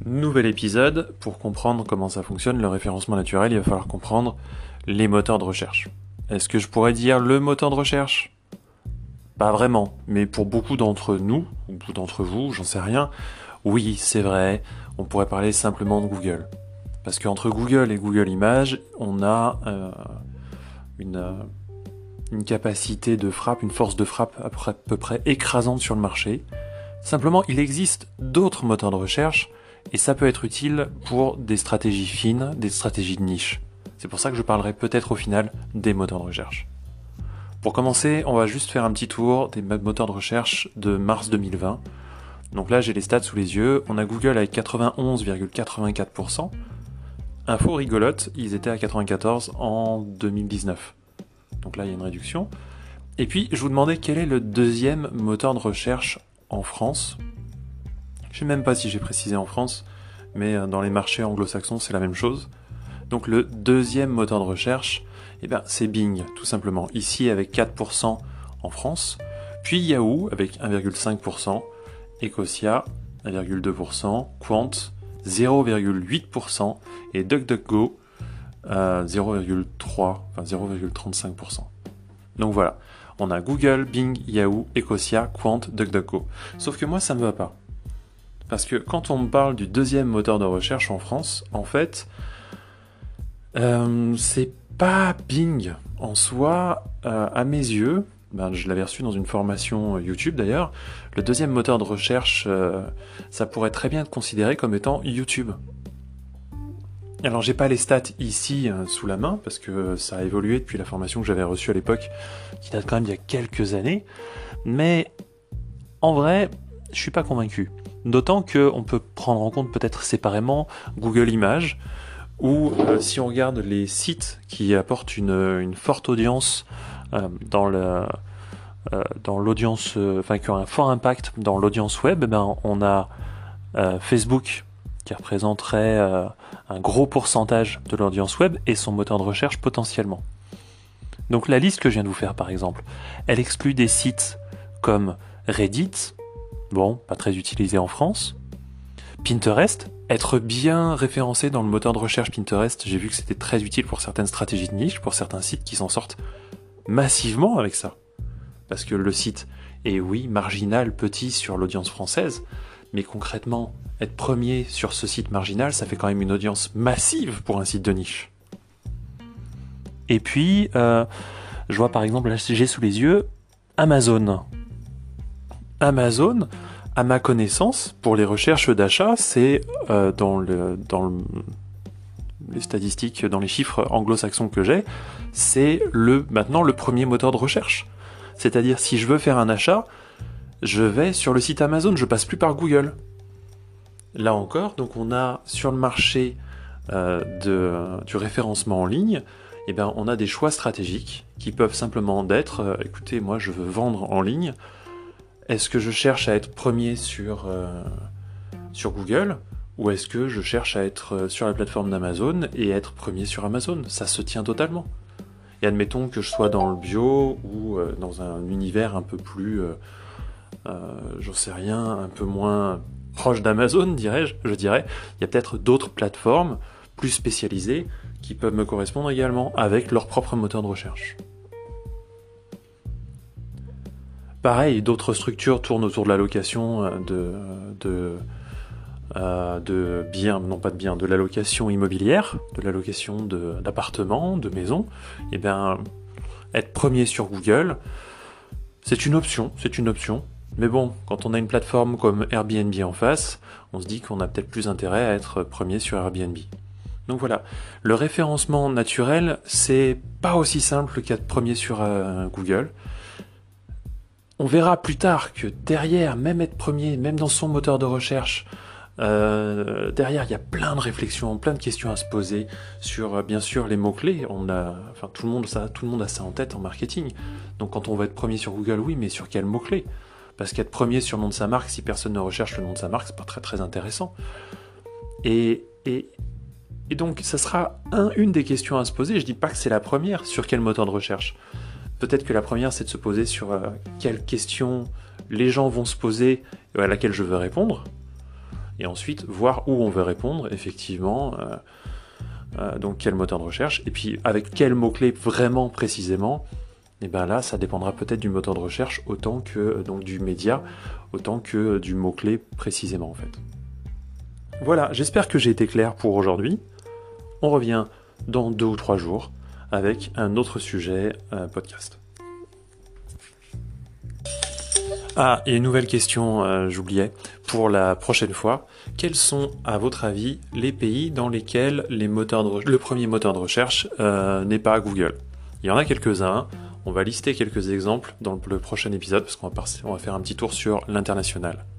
Nouvel épisode, pour comprendre comment ça fonctionne le référencement naturel, il va falloir comprendre les moteurs de recherche. Est-ce que je pourrais dire le moteur de recherche ? Pas vraiment, mais pour beaucoup d'entre nous, ou d'entre vous, j'en sais rien, oui, c'est vrai, on pourrait parler simplement de Google. Parce qu'entre Google et Google Images, on a une capacité de frappe, une force de frappe à peu près écrasante sur le marché. Simplement, il existe d'autres moteurs de recherche, et ça peut être utile pour des stratégies fines, des stratégies de niche. C'est pour ça que je parlerai peut-être au final des moteurs de recherche. Pour commencer, on va juste faire un petit tour des moteurs de recherche de mars 2020. Donc là, j'ai les stats sous les yeux. On a Google avec 91,84%. Info rigolote, ils étaient à 94 en 2019. Donc là, il y a une réduction. Et puis, je vous demandais quel est le deuxième moteur de recherche en France. Je sais même pas si j'ai précisé en France, mais dans les marchés anglo-saxons, c'est la même chose. Donc le deuxième moteur de recherche, c'est Bing, tout simplement. Ici, avec 4% en France. Puis Yahoo, avec 1,5%. Ecosia, 1,2%. Quant, 0,8%. Et DuckDuckGo, 0,35%. Donc voilà, on a Google, Bing, Yahoo, Ecosia, Quant, DuckDuckGo. Sauf que moi, ça me va pas. Parce que quand on me parle du deuxième moteur de recherche en France, en fait, c'est pas Bing en soi, à mes yeux. Je l'avais reçu dans une formation YouTube d'ailleurs. Le deuxième moteur de recherche, ça pourrait très bien être considéré comme étant YouTube. Alors j'ai pas les stats ici sous la main parce que ça a évolué depuis la formation que j'avais reçue à l'époque, qui date quand même d'il y a quelques années. Mais en vrai, je suis pas convaincu. D'autant qu'on peut prendre en compte peut-être séparément Google Images, ou si on regarde les sites qui apportent une forte audience dans l'audience, qui ont un fort impact dans l'audience web, on a Facebook qui représenterait un gros pourcentage de l'audience web et son moteur de recherche potentiellement. Donc la liste que je viens de vous faire par exemple, elle exclut des sites comme Reddit, bon, pas très utilisé en France. Pinterest, être bien référencé dans le moteur de recherche Pinterest, j'ai vu que c'était très utile pour certaines stratégies de niche, pour certains sites qui s'en sortent massivement avec ça. Parce que le site est, oui, marginal, petit sur l'audience française, mais concrètement, être premier sur ce site marginal, ça fait quand même une audience massive pour un site de niche. Et puis, je vois par exemple, là j'ai sous les yeux, Amazon, à ma connaissance, pour les recherches d'achat, c'est dans les statistiques, dans les chiffres anglo-saxons que j'ai, c'est maintenant le premier moteur de recherche. C'est-à-dire, si je veux faire un achat, je vais sur le site Amazon, je passe plus par Google. Là encore, donc on a sur le marché du référencement en ligne, on a des choix stratégiques qui peuvent simplement d'être, écoutez, moi je veux vendre en ligne. Est-ce que je cherche à être premier sur Google, ou est-ce que je cherche à être sur la plateforme d'Amazon et être premier sur Amazon ? Ça se tient totalement. Et admettons que je sois dans le bio ou dans un univers un peu plus, j'en sais rien, un peu moins proche d'Amazon, je dirais, il y a peut-être d'autres plateformes plus spécialisées qui peuvent me correspondre également avec leur propre moteur de recherche. Pareil, d'autres structures tournent autour de la location de biens, non pas de biens, de la location immobilière, de la location d'appartements, de maisons. Être premier sur Google, c'est une option. Mais bon, quand on a une plateforme comme Airbnb en face, on se dit qu'on a peut-être plus intérêt à être premier sur Airbnb. Donc voilà, le référencement naturel, c'est pas aussi simple qu'être premier sur Google. On verra plus tard que derrière, même être premier, même dans son moteur de recherche, derrière il y a plein de réflexions, plein de questions à se poser sur bien sûr les mots-clés. Tout le monde a ça en tête en marketing. Donc quand on va être premier sur Google, oui, mais sur quels mots-clés ? Parce qu'être premier sur le nom de sa marque, si personne ne recherche le nom de sa marque, c'est pas très très intéressant. Et donc ça sera une des questions à se poser. Je dis pas que c'est la première, sur quel moteur de recherche. Peut-être que la première, c'est de se poser sur quelles questions les gens vont se poser et à laquelle je veux répondre. et ensuite voir où on veut répondre, effectivement, donc quel moteur de recherche, et puis avec quel mot-clé vraiment précisément, et bien là, ça dépendra peut-être du moteur de recherche autant que donc du média, autant que du mot-clé précisément en fait. Voilà, j'espère que j'ai été clair pour aujourd'hui. On revient dans 2 ou 3 jours avec un autre sujet podcast. Ah, et une nouvelle question, j'oubliais, pour la prochaine fois. Quels sont, à votre avis, les pays dans lesquels le premier moteur de recherche n'est pas Google? Il y en a quelques-uns. On va lister quelques exemples dans le prochain épisode parce qu'on va faire un petit tour sur l'international.